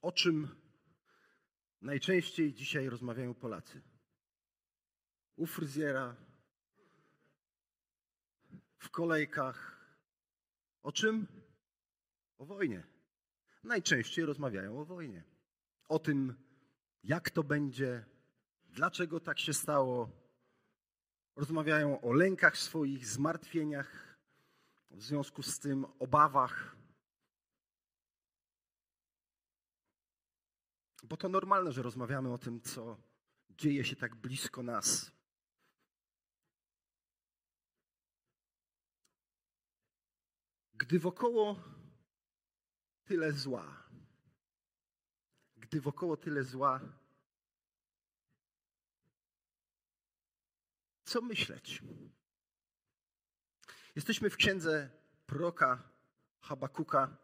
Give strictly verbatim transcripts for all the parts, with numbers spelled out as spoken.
O czym najczęściej dzisiaj rozmawiają Polacy? U fryzjera, w kolejkach. O czym? O wojnie. Najczęściej rozmawiają o wojnie. O tym, jak to będzie, dlaczego tak się stało. Rozmawiają o lękach swoich, zmartwieniach, w związku z tym obawach. Bo to normalne, że rozmawiamy o tym, co dzieje się tak blisko nas. Gdy wokoło tyle zła, gdy wokoło tyle zła, co myśleć? Jesteśmy w księdze proroka Habakuka.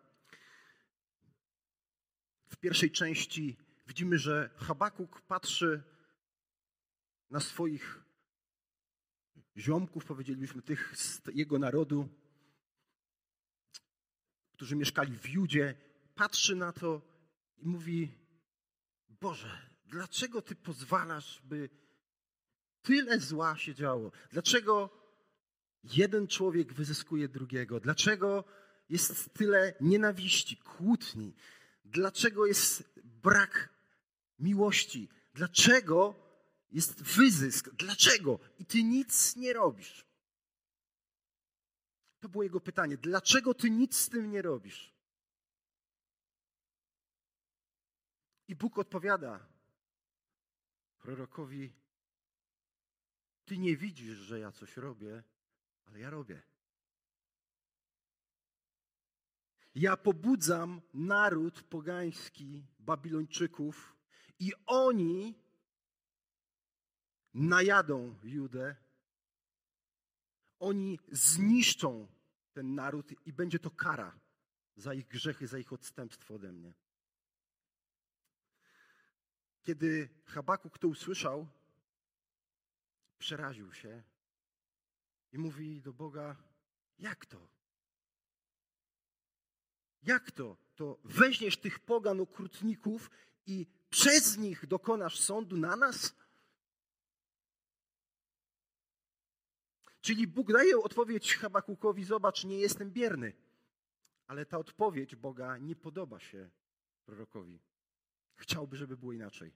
W pierwszej części widzimy, że Habakuk patrzy na swoich ziomków, powiedzielibyśmy, tych z jego narodu, którzy mieszkali w Judzie. Patrzy na to i mówi: Boże, dlaczego Ty pozwalasz, by tyle zła się działo? Dlaczego jeden człowiek wyzyskuje drugiego? Dlaczego jest tyle nienawiści, kłótni? Dlaczego jest brak miłości? Dlaczego jest wyzysk? Dlaczego? I Ty nic nie robisz. To było jego pytanie. Dlaczego Ty nic z tym nie robisz? I Bóg odpowiada prorokowi: Ty nie widzisz, że ja coś robię, ale ja robię. Ja pobudzam naród pogański, Babilończyków, i oni najadą Judę. Oni zniszczą ten naród i będzie to kara za ich grzechy, za ich odstępstwo ode mnie. Kiedy Habakuk to usłyszał, przeraził się i mówi do Boga: jak to? Jak to? To weźmiesz tych pogan okrutników i przez nich dokonasz sądu na nas? Czyli Bóg daje odpowiedź Habakukowi: zobacz, nie jestem bierny. Ale ta odpowiedź Boga nie podoba się prorokowi. Chciałby, żeby było inaczej.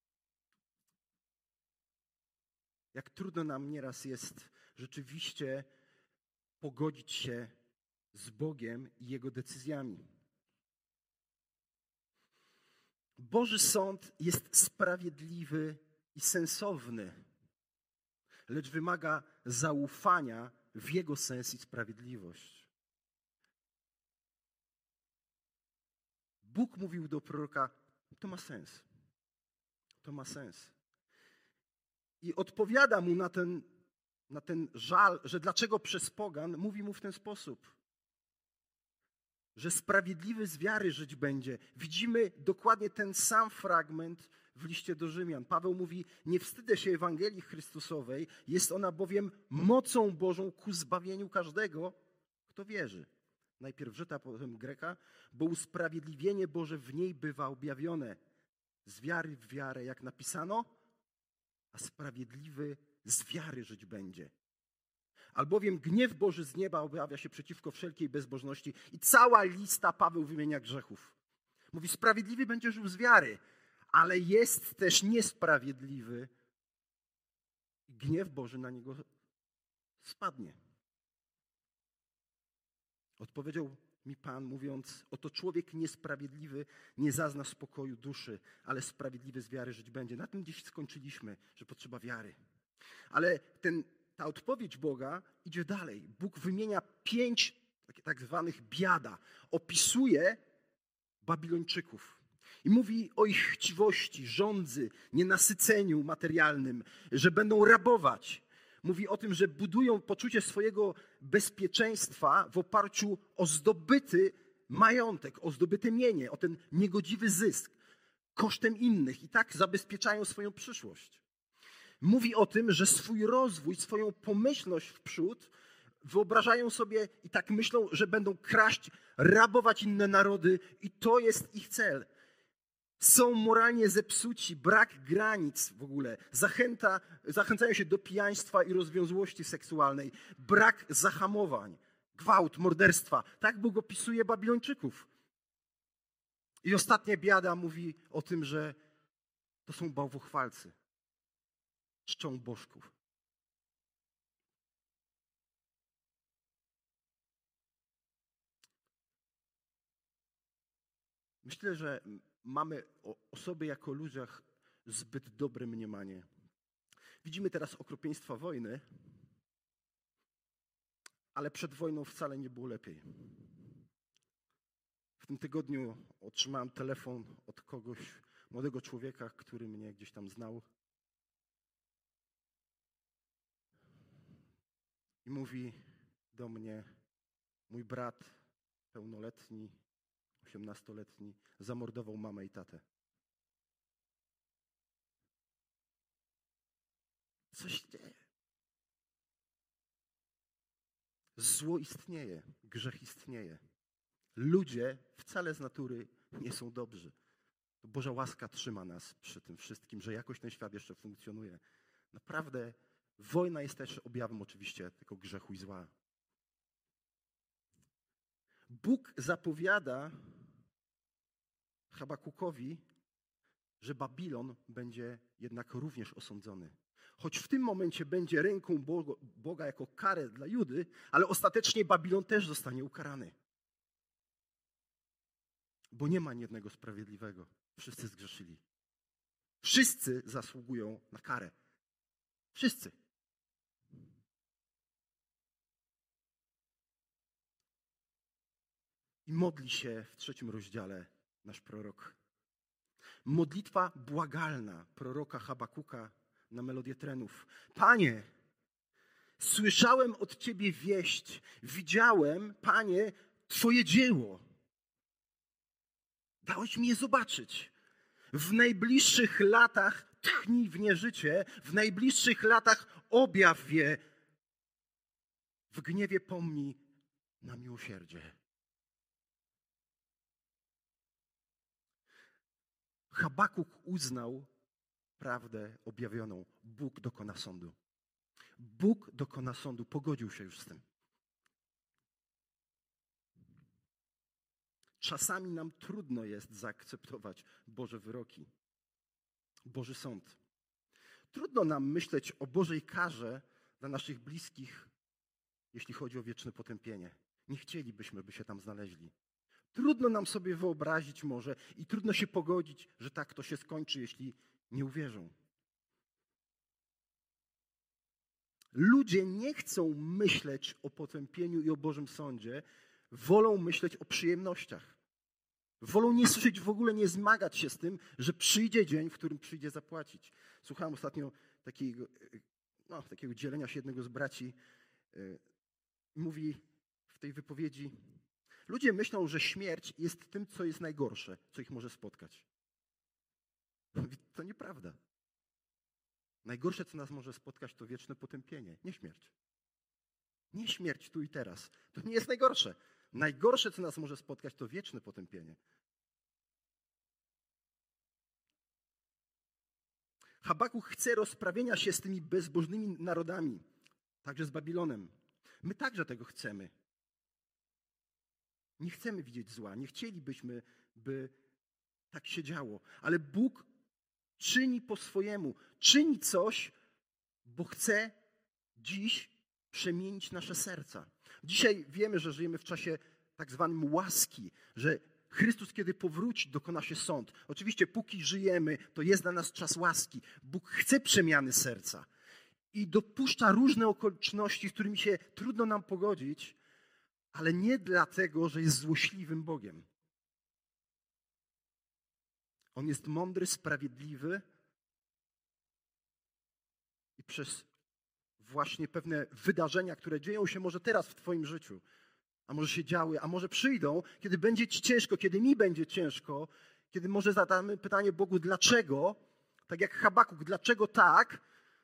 Jak trudno nam nieraz jest rzeczywiście pogodzić się z Bogiem i Jego decyzjami. Boży sąd jest sprawiedliwy i sensowny, lecz wymaga zaufania w Jego sens i sprawiedliwość. Bóg mówił do proroka: to ma sens. To ma sens. I odpowiada mu na ten, na ten żal, że dlaczego przez pogan, mówi mu w ten sposób, że sprawiedliwy z wiary żyć będzie. Widzimy dokładnie ten sam fragment w liście do Rzymian. Paweł mówi: nie wstydzę się Ewangelii Chrystusowej, jest ona bowiem mocą Bożą ku zbawieniu każdego, kto wierzy. Najpierw Żyda, potem Greka, bo usprawiedliwienie Boże w niej bywa objawione z wiary w wiarę, jak napisano, a sprawiedliwy z wiary żyć będzie. Albowiem gniew Boży z nieba objawia się przeciwko wszelkiej bezbożności. I cała lista Paweł wymienia grzechów. Mówi: sprawiedliwy będzie żył z wiary, ale jest też niesprawiedliwy. I gniew Boży na niego spadnie. Odpowiedział mi Pan, mówiąc: oto człowiek niesprawiedliwy nie zazna spokoju duszy, ale sprawiedliwy z wiary żyć będzie. Na tym dziś skończyliśmy, że potrzeba wiary. Ale ten, ta odpowiedź Boga idzie dalej. Bóg wymienia pięć tak, tak zwanych biada. Opisuje Babilończyków. I mówi o ich chciwości, żądzy, nienasyceniu materialnym, że będą rabować. Mówi o tym, że budują poczucie swojego bezpieczeństwa w oparciu o zdobyty majątek, o zdobyte mienie, o ten niegodziwy zysk kosztem innych i tak zabezpieczają swoją przyszłość. Mówi o tym, że swój rozwój, swoją pomyślność w przód wyobrażają sobie i tak myślą, że będą kraść, rabować inne narody i to jest ich cel. Są moralnie zepsuci, brak granic w ogóle, zachęta, zachęcają się do pijaństwa i rozwiązłości seksualnej, brak zahamowań, gwałt, morderstwa. Tak Bóg opisuje Babilończyków. I ostatnia biada mówi o tym, że to są bałwochwalcy, czczą bożków. Myślę, że mamy o sobie jako ludziach zbyt dobre mniemanie. Widzimy teraz okropieństwa wojny, ale przed wojną wcale nie było lepiej. W tym tygodniu otrzymałem telefon od kogoś, młodego człowieka, który mnie gdzieś tam znał. I mówi do mnie: mój brat pełnoletni, osiemnastoletni, zamordował mamę i tatę. Coś się dzieje. Zło istnieje, grzech istnieje. Ludzie wcale z natury nie są dobrzy. To Boża łaska trzyma nas przy tym wszystkim, że jakoś ten świat jeszcze funkcjonuje. Naprawdę wojna jest też objawem oczywiście tego grzechu i zła. Bóg zapowiada Habakukowi, że Babilon będzie jednak również osądzony. Choć w tym momencie będzie ręką Boga jako karę dla Judy, ale ostatecznie Babilon też zostanie ukarany. Bo nie ma ani jednego sprawiedliwego. Wszyscy zgrzeszyli. Wszyscy zasługują na karę. Wszyscy. I modli się w trzecim rozdziale nasz prorok. Modlitwa błagalna proroka Habakuka na melodię trenów. Panie, słyszałem od Ciebie wieść, widziałem, Panie, Twoje dzieło. Dałeś mi je zobaczyć. W najbliższych latach tchnij w nie życie, w najbliższych latach objaw je. W gniewie pomnij na miłosierdzie. Habakuk uznał prawdę objawioną. Bóg dokona sądu. Bóg dokona sądu. Pogodził się już z tym. Czasami nam trudno jest zaakceptować Boże wyroki, Boży sąd. Trudno nam myśleć o Bożej karze dla naszych bliskich, jeśli chodzi o wieczne potępienie. Nie chcielibyśmy, by się tam znaleźli. Trudno nam sobie wyobrazić może i trudno się pogodzić, że tak to się skończy, jeśli nie uwierzą. Ludzie nie chcą myśleć o potępieniu i o Bożym sądzie, wolą myśleć o przyjemnościach. Wolą nie słyszeć, w ogóle nie zmagać się z tym, że przyjdzie dzień, w którym przyjdzie zapłacić. Słuchałem ostatnio takiego, no, takiego dzielenia się jednego z braci. Mówi w tej wypowiedzi: ludzie myślą, że śmierć jest tym, co jest najgorsze, co ich może spotkać. Mówi, to nieprawda. Najgorsze, co nas może spotkać, to wieczne potępienie, nie śmierć. Nie śmierć tu i teraz. To nie jest najgorsze. Najgorsze, co nas może spotkać, to wieczne potępienie. Habakuk chce rozprawienia się z tymi bezbożnymi narodami, także z Babilonem. My także tego chcemy. Nie chcemy widzieć zła, nie chcielibyśmy, by tak się działo. Ale Bóg czyni po swojemu, czyni coś, bo chce dziś przemienić nasze serca. Dzisiaj wiemy, że żyjemy w czasie tak zwanym łaski, że Chrystus, kiedy powróci, dokona się sąd. Oczywiście, póki żyjemy, to jest dla nas czas łaski. Bóg chce przemiany serca i dopuszcza różne okoliczności, z którymi się trudno nam pogodzić, ale nie dlatego, że jest złośliwym Bogiem. On jest mądry, sprawiedliwy i przez właśnie pewne wydarzenia, które dzieją się może teraz w Twoim życiu, a może się działy, a może przyjdą, kiedy będzie Ci ciężko, kiedy mi będzie ciężko, kiedy może zadamy pytanie Bogu, dlaczego, tak jak Habakuk, dlaczego tak,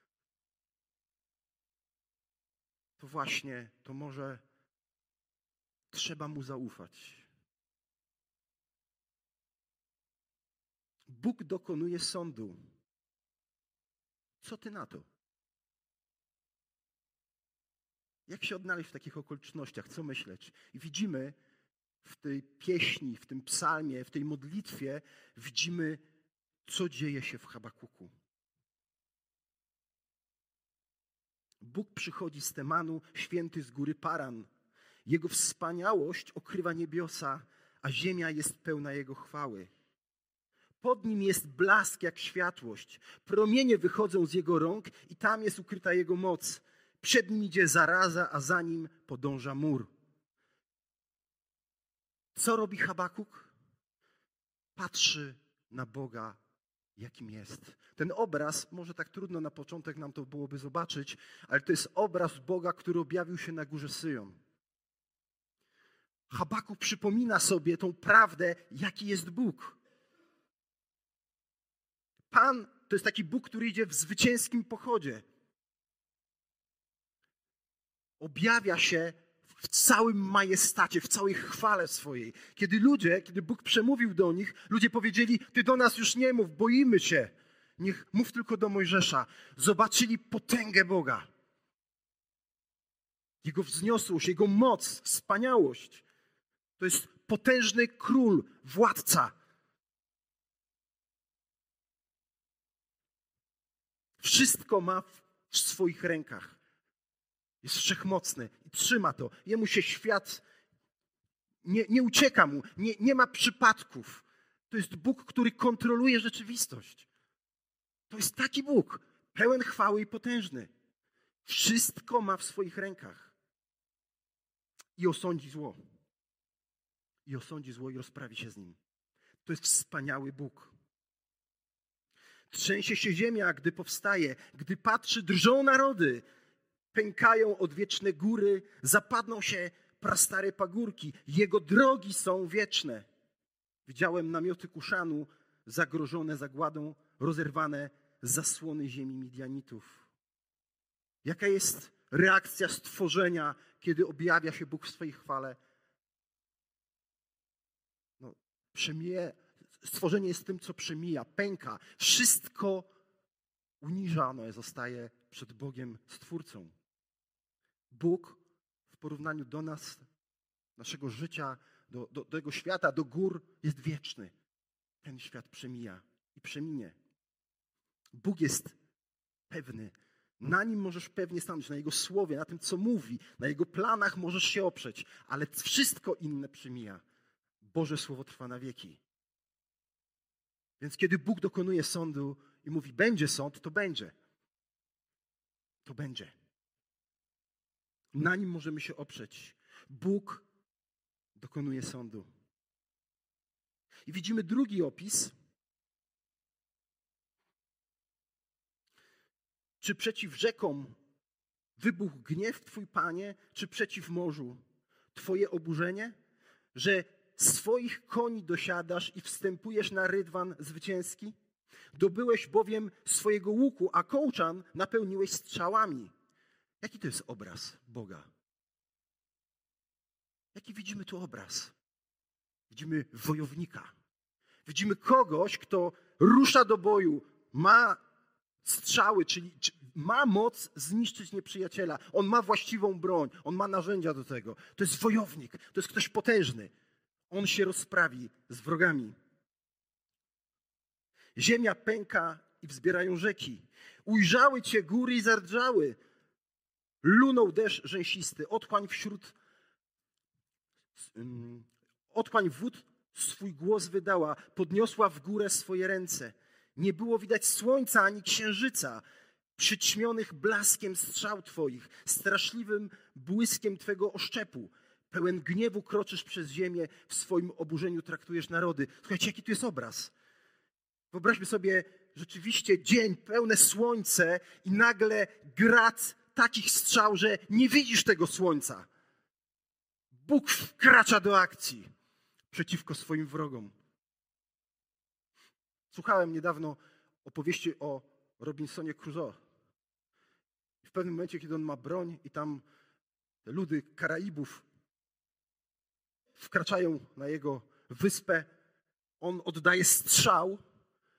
to właśnie, to może trzeba Mu zaufać. Bóg dokonuje sądu. Co ty na to? Jak się odnaleźć w takich okolicznościach? Co myśleć? I widzimy w tej pieśni, w tym psalmie, w tej modlitwie, widzimy, co dzieje się w Habakuku. Bóg przychodzi z Temanu, święty z góry Paran. Jego wspaniałość okrywa niebiosa, a ziemia jest pełna Jego chwały. Pod nim jest blask jak światłość. Promienie wychodzą z Jego rąk i tam jest ukryta Jego moc. Przed nim idzie zaraza, a za nim podąża mur. Co robi Habakuk? Patrzy na Boga, jakim jest. Ten obraz, może tak trudno na początek nam to byłoby zobaczyć, ale to jest obraz Boga, który objawił się na górze Syjon. Habakuk przypomina sobie tą prawdę, jaki jest Bóg. Pan to jest taki Bóg, który idzie w zwycięskim pochodzie. Objawia się w całym majestacie, w całej chwale swojej. Kiedy ludzie, kiedy Bóg przemówił do nich, ludzie powiedzieli, ty do nas już nie mów, boimy się. Niech mów tylko do Mojżesza. Zobaczyli potęgę Boga. Jego wzniosłość, Jego moc, wspaniałość. To jest potężny król, władca. Wszystko ma w swoich rękach. Jest wszechmocny i trzyma to. Jemu się świat nie, nie ucieka mu, nie, nie ma przypadków. To jest Bóg, który kontroluje rzeczywistość. To jest taki Bóg, pełen chwały i potężny. Wszystko ma w swoich rękach. I osądzi zło. I osądzi zło i rozprawi się z nim. To jest wspaniały Bóg. Trzęsie się ziemia, gdy powstaje. Gdy patrzy, drżą narody. Pękają odwieczne góry, zapadną się prastare pagórki. Jego drogi są wieczne. Widziałem namioty Kuszanu zagrożone zagładą, rozerwane zasłony ziemi Midianitów. Jaka jest reakcja stworzenia, kiedy objawia się Bóg w swojej chwale? No, przemije, stworzenie jest tym, co przemija, pęka. Wszystko uniżane zostaje przed Bogiem Stwórcą. Bóg w porównaniu do nas, naszego życia, do, do, do tego świata, do gór jest wieczny. Ten świat przemija i przeminie. Bóg jest pewny. Na Nim możesz pewnie stanąć, na Jego słowie, na tym, co mówi, na Jego planach możesz się oprzeć, ale wszystko inne przemija. Boże Słowo trwa na wieki. Więc kiedy Bóg dokonuje sądu i mówi, będzie sąd, to będzie. To będzie. Na Nim możemy się oprzeć. Bóg dokonuje sądu. I widzimy drugi opis. Czy przeciw rzekom wybuchł gniew Twój, Panie, czy przeciw morzu Twoje oburzenie, że swoich koni dosiadasz i wstępujesz na rydwan zwycięski? Dobyłeś bowiem swojego łuku, a kołczan napełniłeś strzałami. Jaki to jest obraz Boga? Jaki widzimy tu obraz? Widzimy wojownika. Widzimy kogoś, kto rusza do boju, ma strzały, czyli ma moc zniszczyć nieprzyjaciela. On ma właściwą broń, on ma narzędzia do tego. To jest wojownik, to jest ktoś potężny. On się rozprawi z wrogami. Ziemia pęka i wzbierają rzeki. Ujrzały Cię góry i zardrżały. Lunął deszcz rzęsisty, otchłań wśród... Um, otchłań wód swój głos wydała, podniosła w górę swoje ręce. Nie było widać słońca ani księżyca, przyćmionych blaskiem strzał Twoich, straszliwym błyskiem Twego oszczepu. Pełen gniewu kroczysz przez ziemię, w swoim oburzeniu traktujesz narody. Słuchajcie, jaki tu jest obraz. Wyobraźmy sobie rzeczywiście dzień, pełne słońce i nagle grad takich strzał, że nie widzisz tego słońca. Bóg wkracza do akcji przeciwko swoim wrogom. Słuchałem niedawno opowieści o Robinsonie Crusoe. W pewnym momencie, kiedy on ma broń i tam te ludy Karaibów wkraczają na jego wyspę, on oddaje strzał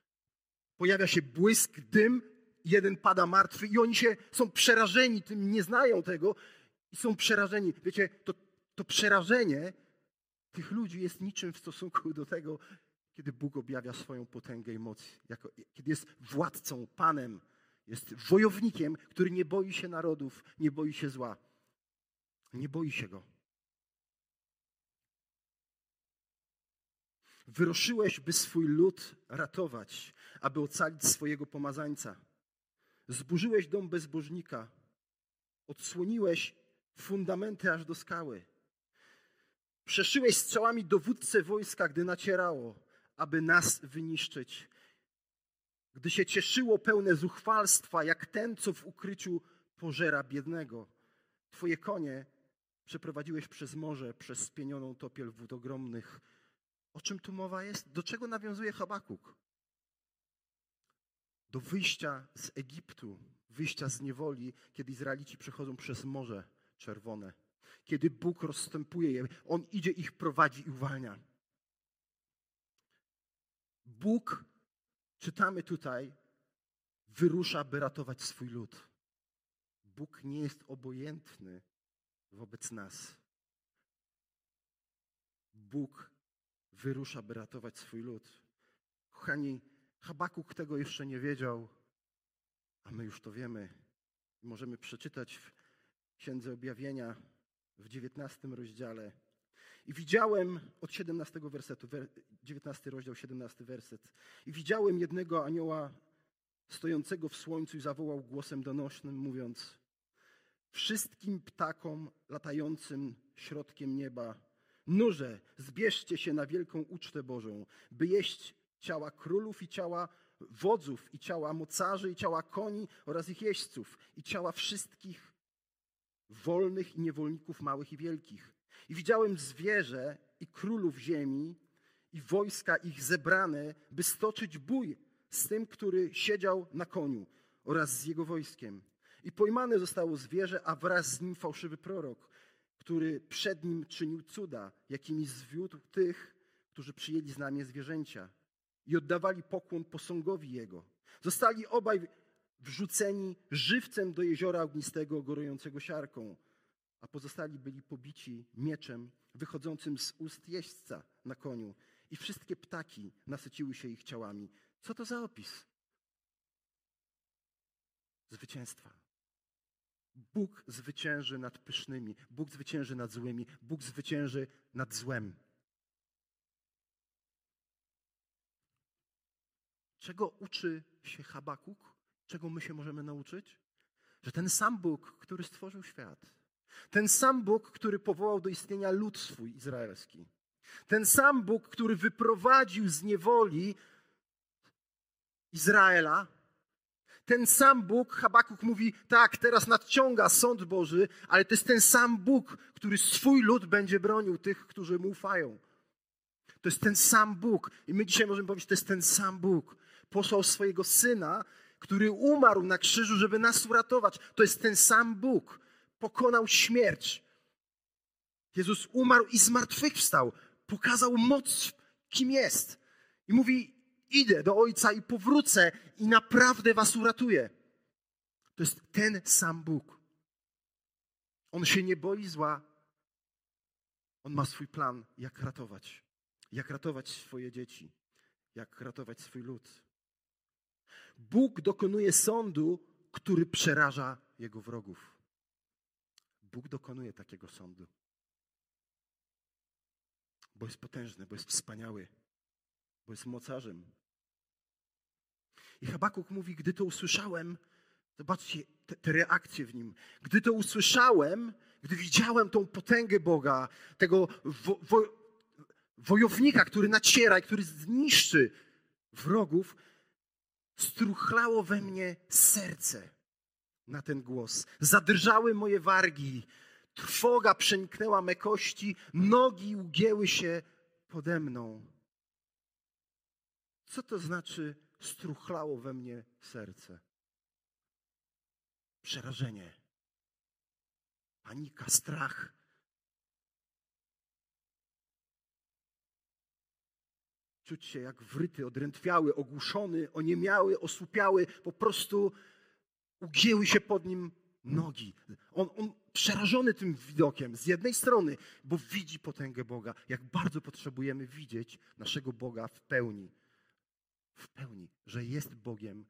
Pojawia się błysk, dym, jeden pada martwy i oni się są przerażeni tym, nie znają tego i są przerażeni. Wiecie, to, to przerażenie tych ludzi jest niczym w stosunku do tego, kiedy Bóg objawia swoją potęgę i moc, jako, kiedy jest władcą, Panem, jest wojownikiem, który nie boi się narodów, nie boi się zła. Nie boi się go. Wyruszyłeś, by swój lud ratować, aby ocalić swojego pomazańca. Zburzyłeś dom bezbożnika, odsłoniłeś fundamenty aż do skały. Przeszyłeś strzałami dowódcę wojska, gdy nacierało, aby nas wyniszczyć. Gdy się cieszyło pełne zuchwalstwa, jak ten, co w ukryciu pożera biednego. Twoje konie przeprowadziłeś przez morze, przez spienioną topiel wód ogromnych. O czym tu mowa jest? Do czego nawiązuje Habakuk? Do wyjścia z Egiptu, wyjścia z niewoli, kiedy Izraelici przechodzą przez Morze Czerwone. Kiedy Bóg rozstępuje je, On idzie, ich prowadzi i uwalnia. Bóg, czytamy tutaj, wyrusza, by ratować swój lud. Bóg nie jest obojętny wobec nas. Bóg wyrusza, by ratować swój lud. Kochani, Habakuk tego jeszcze nie wiedział, a my już to wiemy. Możemy przeczytać w Księdze Objawienia w dziewiętnastym rozdziale. I widziałem, od siedemnastego wersetu, dziewiętnasty rozdział, siedemnasty werset. I widziałem jednego anioła stojącego w słońcu i zawołał głosem donośnym, mówiąc: wszystkim ptakom latającym środkiem nieba, nurze, zbierzcie się na wielką ucztę Bożą, by jeść ciała królów i ciała wodzów, i ciała mocarzy, i ciała koni oraz ich jeźdźców, i ciała wszystkich wolnych i niewolników małych i wielkich. I widziałem zwierzę i królów ziemi i wojska ich zebrane, by stoczyć bój z tym, który siedział na koniu oraz z jego wojskiem. I pojmane zostało zwierzę, a wraz z nim fałszywy prorok, który przed nim czynił cuda, jakimi zwiódł tych, którzy przyjęli znamię zwierzęcia i oddawali pokłon posągowi jego. Zostali obaj wrzuceni żywcem do jeziora ognistego, gorującego siarką, a pozostali byli pobici mieczem wychodzącym z ust jeźdźca na koniu i wszystkie ptaki nasyciły się ich ciałami. Co to za opis? Zwycięstwa. Bóg zwycięży nad pysznymi, Bóg zwycięży nad złymi, Bóg zwycięży nad złem. Czego uczy się Habakuk? Czego my się możemy nauczyć? Że ten sam Bóg, który stworzył świat, ten sam Bóg, który powołał do istnienia lud swój izraelski, ten sam Bóg, który wyprowadził z niewoli Izraela, ten sam Bóg, Habakuk mówi, tak, teraz nadciąga sąd Boży, ale to jest ten sam Bóg, który swój lud będzie bronił tych, którzy mu ufają. To jest ten sam Bóg. I my dzisiaj możemy powiedzieć, to jest ten sam Bóg. Posłał swojego Syna, który umarł na krzyżu, żeby nas uratować. To jest ten sam Bóg. Pokonał śmierć. Jezus umarł i zmartwychwstał. Pokazał moc, kim jest. I mówi, idę do Ojca i powrócę i naprawdę was uratuję. To jest ten sam Bóg. On się nie boi zła. On ma swój plan, jak ratować. Jak ratować swoje dzieci. Jak ratować swój lud. Bóg dokonuje sądu, który przeraża jego wrogów. Bóg dokonuje takiego sądu. Bo jest potężny, bo jest wspaniały, bo jest mocarzem. I Habakuk mówi, gdy to usłyszałem, zobaczcie te, te reakcje w nim. Gdy to usłyszałem, gdy widziałem tą potęgę Boga, tego wo, wo, wojownika, który naciera i który zniszczy wrogów, struchlało we mnie serce na ten głos. Zadrżały moje wargi, trwoga przeniknęła me kości, nogi ugięły się pode mną. Co to znaczy struchlało we mnie serce? Przerażenie, panika, strach. czuć się jak wryty, odrętwiały, ogłuszony, oniemiały, osłupiały, po prostu ugięły się pod nim nogi. On, on przerażony tym widokiem z jednej strony, bo widzi potęgę Boga, jak bardzo potrzebujemy widzieć naszego Boga w pełni. W pełni, że jest Bogiem,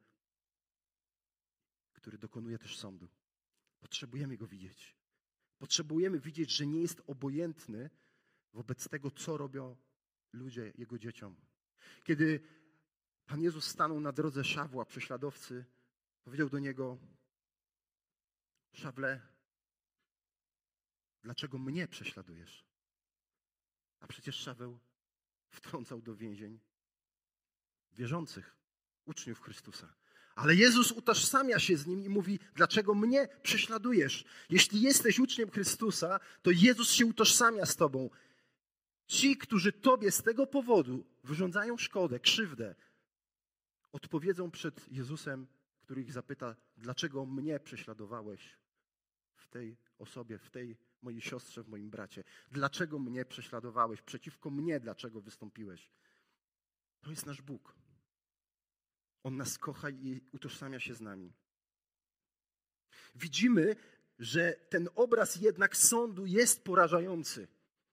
który dokonuje też sądu. Potrzebujemy Go widzieć. Potrzebujemy widzieć, że nie jest obojętny wobec tego, co robią ludzie Jego dzieciom. Kiedy Pan Jezus stanął na drodze Szawła, prześladowcy, powiedział do niego: Szawle, dlaczego mnie prześladujesz? A przecież Szaweł wtrącał do więzień wierzących, uczniów Chrystusa. Ale Jezus utożsamia się z nim i mówi: dlaczego mnie prześladujesz? Jeśli jesteś uczniem Chrystusa, to Jezus się utożsamia z tobą. Ci, którzy tobie z tego powodu wyrządzają szkodę, krzywdę, odpowiedzą przed Jezusem, który ich zapyta: dlaczego mnie prześladowałeś w tej osobie, w tej mojej siostrze, w moim bracie? Dlaczego mnie prześladowałeś? Przeciwko mnie dlaczego wystąpiłeś? To jest nasz Bóg. On nas kocha i utożsamia się z nami. Widzimy, że ten obraz jednak sądu jest porażający.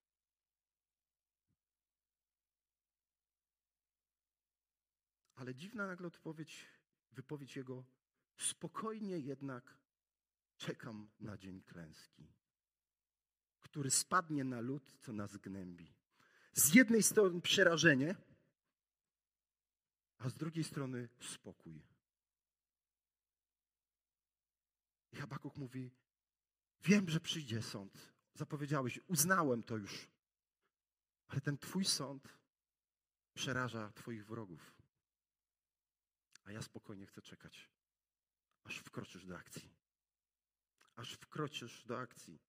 Ale dziwna nagle odpowiedź, wypowiedź jego: spokojnie jednak czekam na dzień klęski, który spadnie na lud, co nas gnębi. Z jednej strony przerażenie, a z drugiej strony spokój. I Habakuk mówi: wiem, że przyjdzie sąd. Zapowiedziałeś, uznałem to już. Ale ten Twój sąd przeraża Twoich wrogów. A ja spokojnie chcę czekać, aż wkroczysz do akcji. Aż wkroczysz do akcji.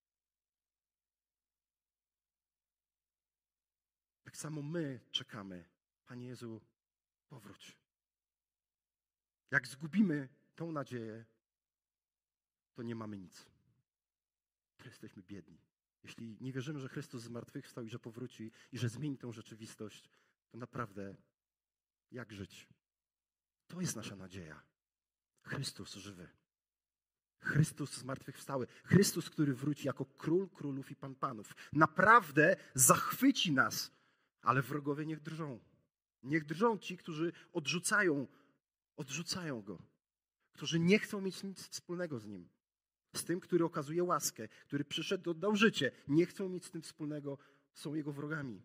Tak samo my czekamy. Panie Jezu, powróć. Jak zgubimy tą nadzieję, to nie mamy nic. To jesteśmy biedni. Jeśli nie wierzymy, że Chrystus zmartwychwstał i że powróci i że zmieni tą rzeczywistość, to naprawdę jak żyć? To jest nasza nadzieja. Chrystus żywy. Chrystus zmartwychwstały. Chrystus, który wróci jako Król królów i Pan panów. Naprawdę zachwyci nas, ale wrogowie niech drżą. Niech drżą ci, którzy odrzucają, odrzucają Go. Którzy nie chcą mieć nic wspólnego z Nim. Z tym, który okazuje łaskę, który przyszedł, oddał życie. Nie chcą mieć z tym wspólnego, są Jego wrogami.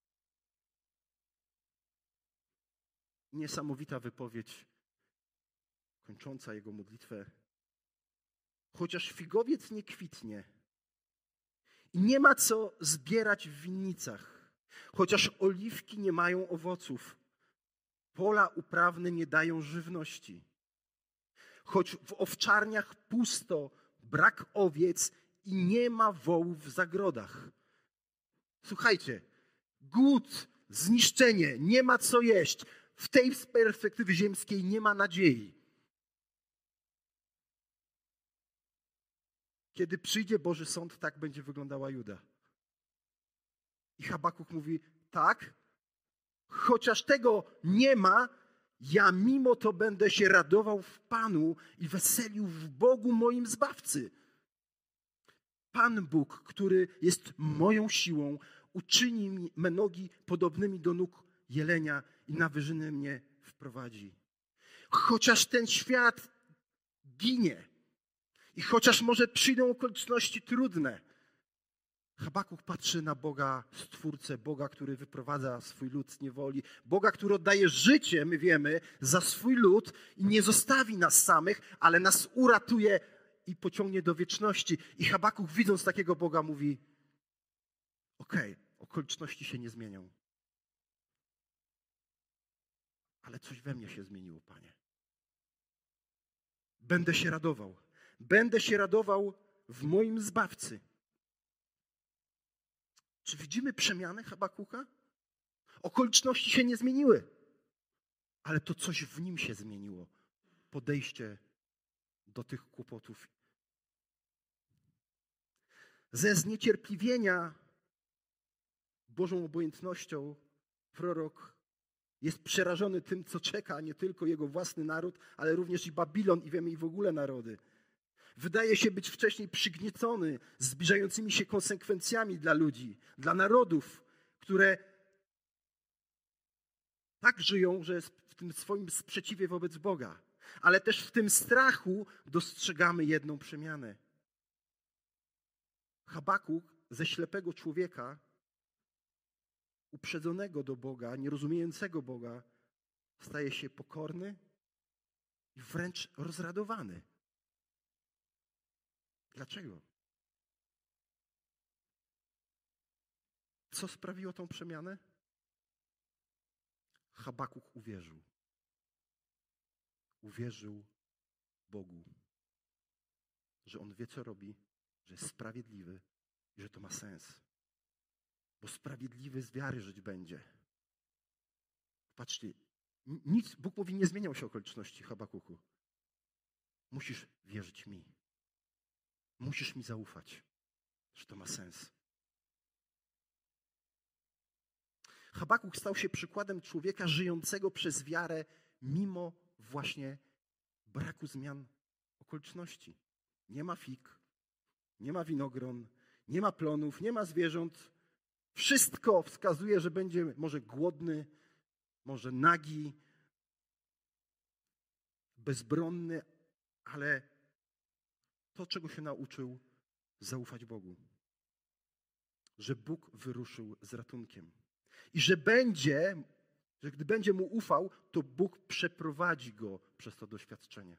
Niesamowita wypowiedź kończąca Jego modlitwę. Chociaż figowiec nie kwitnie i nie ma co zbierać w winnicach, chociaż oliwki nie mają owoców, pola uprawne nie dają żywności, choć w owczarniach pusto, brak owiec i nie ma wołów w zagrodach. Słuchajcie, głód, zniszczenie, nie ma co jeść. W tej perspektywie ziemskiej nie ma nadziei. Kiedy przyjdzie Boży Sąd, tak będzie wyglądała Juda. I Habakuk mówi: tak, chociaż tego nie ma, ja mimo to będę się radował w Panu i weselił w Bogu moim Zbawcy. Pan Bóg, który jest moją siłą, uczyni me nogi podobnymi do nóg jelenia i na wyżyny mnie wprowadzi. Chociaż ten świat ginie i chociaż może przyjdą okoliczności trudne, Habakuk patrzy na Boga, Stwórcę, Boga, który wyprowadza swój lud z niewoli, Boga, który oddaje życie, my wiemy, za swój lud i nie zostawi nas samych, ale nas uratuje i pociągnie do wieczności. I Habakuk, widząc takiego Boga, mówi: okej, okay, okoliczności się nie zmienią, ale coś we mnie się zmieniło, Panie. Będę się radował. Będę się radował w moim Zbawcy. Czy widzimy przemianę Habakuka? Okoliczności się nie zmieniły, ale to coś w nim się zmieniło. Podejście do tych kłopotów. Ze zniecierpliwienia Bożą obojętnością prorok Jest przerażony tym, co czeka nie tylko jego własny naród, ale również i Babilon i wiemy i w ogóle narody. Wydaje się być wcześniej przygniecony zbliżającymi się konsekwencjami dla ludzi, dla narodów, które tak żyją, że w tym swoim sprzeciwie wobec Boga. Ale też w tym strachu dostrzegamy jedną przemianę. Habakuk ze ślepego człowieka, uprzedzonego do Boga, nierozumiejącego Boga, staje się pokorny i wręcz rozradowany. Dlaczego? Co sprawiło tą przemianę? Habakuk uwierzył. Uwierzył Bogu, że On wie, co robi, że jest sprawiedliwy i że to ma sens. Bo sprawiedliwy z wiary żyć będzie. Patrzcie, nic, Bóg mówi, nie zmieniał się okoliczności Habakuku. Musisz wierzyć mi. Musisz mi zaufać, że to ma sens. Habakuk stał się przykładem człowieka żyjącego przez wiarę mimo właśnie braku zmian okoliczności. Nie ma fig, nie ma winogron, nie ma plonów, nie ma zwierząt. Wszystko wskazuje, że będzie może głodny, może nagi, bezbronny, ale to, czego się nauczył, zaufać Bogu. Że Bóg wyruszył z ratunkiem. I że będzie, że gdy będzie mu ufał, to Bóg przeprowadzi go przez to doświadczenie.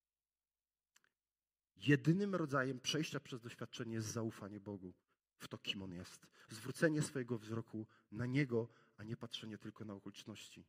Jedynym rodzajem przejścia przez doświadczenie jest zaufanie Bogu w to, kim On jest. Zwrócenie swojego wzroku na Niego, a nie patrzenie tylko na okoliczności.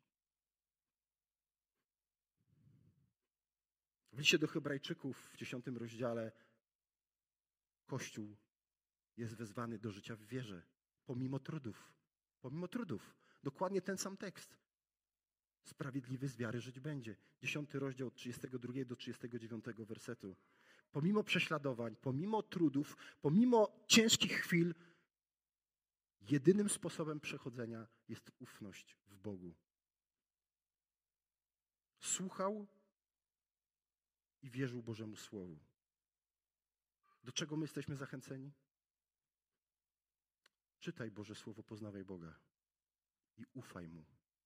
W liście do Hebrajczyków w dziesiątym rozdziale Kościół jest wezwany do życia w wierze, pomimo trudów. Pomimo trudów. Dokładnie ten sam tekst. Sprawiedliwy z wiary żyć będzie. Dziesiąty rozdział od trzydziestego drugiego do trzydziestego dziewiątego wersetu. Pomimo prześladowań, pomimo trudów, pomimo ciężkich chwil, jedynym sposobem przechodzenia jest ufność w Bogu. Słuchał i wierzył Bożemu Słowu. Do czego my jesteśmy zachęceni? Czytaj Boże Słowo, poznawaj Boga i ufaj Mu.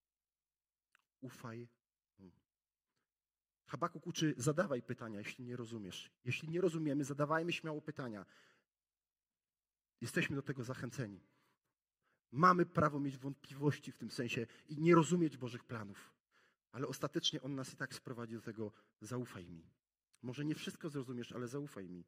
Ufaj Mu. Habakuk uczy, zadawaj pytania, jeśli nie rozumiesz. Jeśli nie rozumiemy, zadawajmy śmiało pytania. Jesteśmy do tego zachęceni. Mamy prawo mieć wątpliwości w tym sensie i nie rozumieć Bożych planów. Ale ostatecznie On nas i tak sprowadzi do tego, zaufaj mi. Może nie wszystko zrozumiesz, ale zaufaj mi.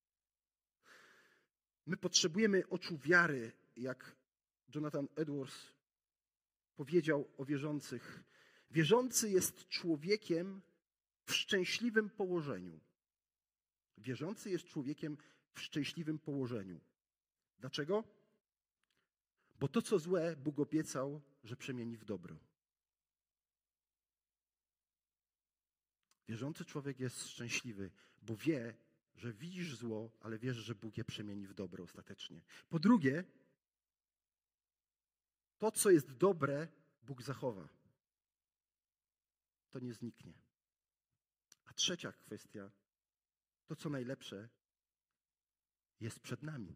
My potrzebujemy oczu wiary, jak Jonathan Edwards powiedział o wierzących. Wierzący jest człowiekiem w szczęśliwym położeniu. Wierzący jest człowiekiem w szczęśliwym położeniu. Dlaczego? Bo to, co złe, Bóg obiecał, że przemieni w dobro. Wierzący człowiek jest szczęśliwy, bo wie, że widzisz zło, ale wiesz, że Bóg je przemieni w dobro ostatecznie. Po drugie, to, co jest dobre, Bóg zachowa. To nie zniknie. A trzecia kwestia, to, co najlepsze, jest przed nami.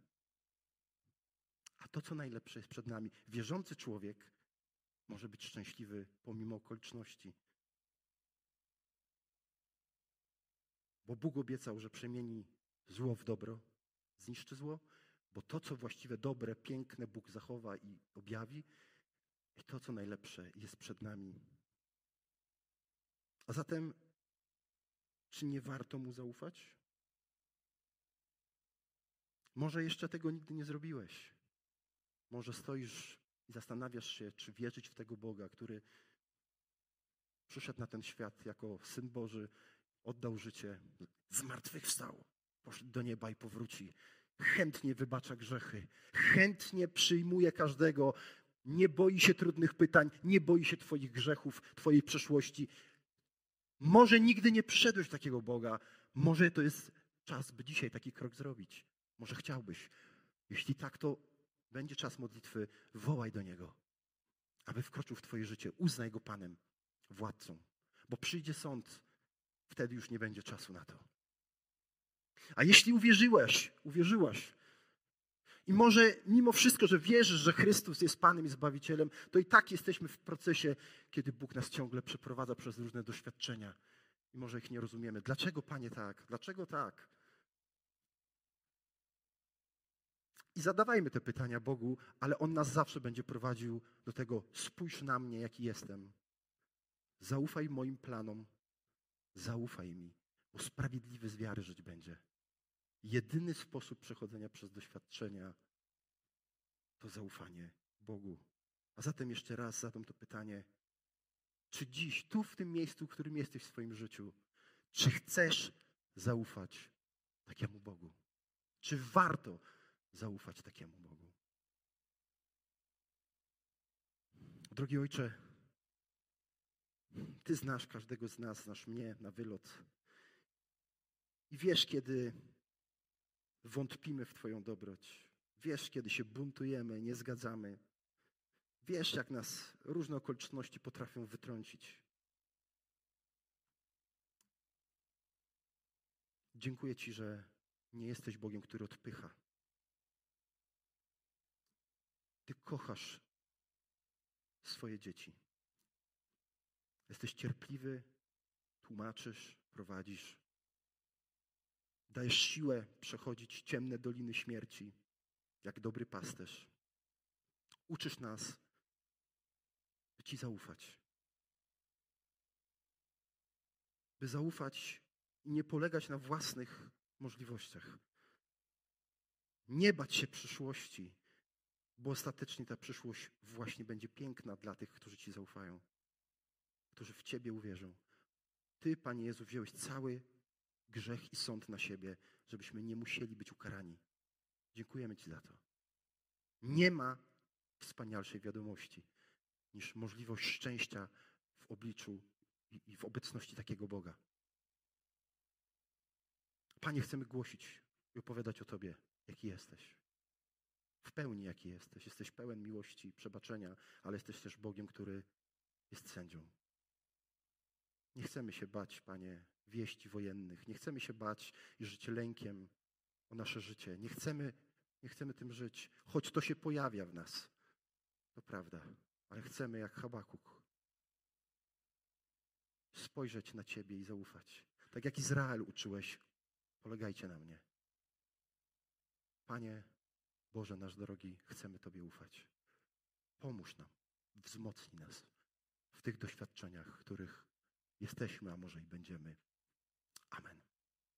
A to, co najlepsze, jest przed nami. Wierzący człowiek może być szczęśliwy pomimo okoliczności. Bo Bóg obiecał, że przemieni zło w dobro, zniszczy zło, bo to, co właściwe, dobre, piękne, Bóg zachowa i objawi, i to, co najlepsze, jest przed nami. A zatem, czy nie warto Mu zaufać? Może jeszcze tego nigdy nie zrobiłeś. Może stoisz i zastanawiasz się, czy wierzyć w tego Boga, który przyszedł na ten świat jako Syn Boży, oddał życie, zmartwychwstał, poszedł do nieba i powróci. Chętnie wybacza grzechy, chętnie przyjmuje każdego, nie boi się trudnych pytań, nie boi się twoich grzechów, twojej przeszłości. Może nigdy nie przyszedłeś do takiego Boga, może to jest czas, by dzisiaj taki krok zrobić. Może chciałbyś. Jeśli tak, to będzie czas modlitwy, wołaj do Niego. aby wkroczył w twoje życie. Uznaj Go Panem, władcą, bo przyjdzie sąd, wtedy już nie będzie czasu na to. A jeśli uwierzyłeś, uwierzyłaś i może mimo wszystko, że wierzysz, że Chrystus jest Panem i Zbawicielem, to i tak jesteśmy w procesie, kiedy Bóg nas ciągle przeprowadza przez różne doświadczenia i może ich nie rozumiemy. Dlaczego, Panie, tak? Dlaczego tak? I zadawajmy te pytania Bogu, ale On nas zawsze będzie prowadził do tego: spójrz na mnie, jaki jestem. Zaufaj moim planom. Zaufaj mi, bo sprawiedliwy z wiary żyć będzie. Jedyny sposób przechodzenia przez doświadczenia to zaufanie Bogu. A zatem jeszcze raz zadam to pytanie. Czy dziś, tu w tym miejscu, w którym jesteś w swoim życiu, czy chcesz zaufać takiemu Bogu? Czy warto zaufać takiemu Bogu? Drogi Ojcze, Ty znasz każdego z nas, znasz mnie na wylot. I wiesz, kiedy wątpimy w Twoją dobroć. Wiesz, kiedy się buntujemy, nie zgadzamy. Wiesz, jak nas różne okoliczności potrafią wytrącić. Dziękuję Ci, że nie jesteś Bogiem, który odpycha. Ty kochasz swoje dzieci. Jesteś cierpliwy, tłumaczysz, prowadzisz. Dajesz siłę przechodzić ciemne doliny śmierci, jak dobry pasterz. Uczysz nas, by Ci zaufać. By zaufać i nie polegać na własnych możliwościach. Nie bać się przyszłości, bo ostatecznie ta przyszłość właśnie będzie piękna dla tych, którzy Ci zaufają, którzy w Ciebie uwierzą. Ty, Panie Jezu, wziąłeś cały grzech i sąd na siebie, żebyśmy nie musieli być ukarani. Dziękujemy Ci za to. Nie ma wspanialszej wiadomości niż możliwość szczęścia w obliczu i w obecności takiego Boga. Panie, chcemy głosić i opowiadać o Tobie, jaki jesteś. W pełni jaki jesteś. Jesteś pełen miłości, przebaczenia, ale jesteś też Bogiem, który jest sędzią. Nie chcemy się bać, Panie, wieści wojennych. Nie chcemy się bać i żyć lękiem o nasze życie. Nie chcemy, nie chcemy tym żyć, choć to się pojawia w nas. To prawda, ale chcemy jak Habakuk spojrzeć na Ciebie i zaufać. Tak jak Izrael uczyłeś, polegajcie na mnie. Panie Boże nasz drogi, chcemy Tobie ufać. Pomóż nam, wzmocnij nas w tych doświadczeniach, w których jesteśmy, a może i będziemy. Amen.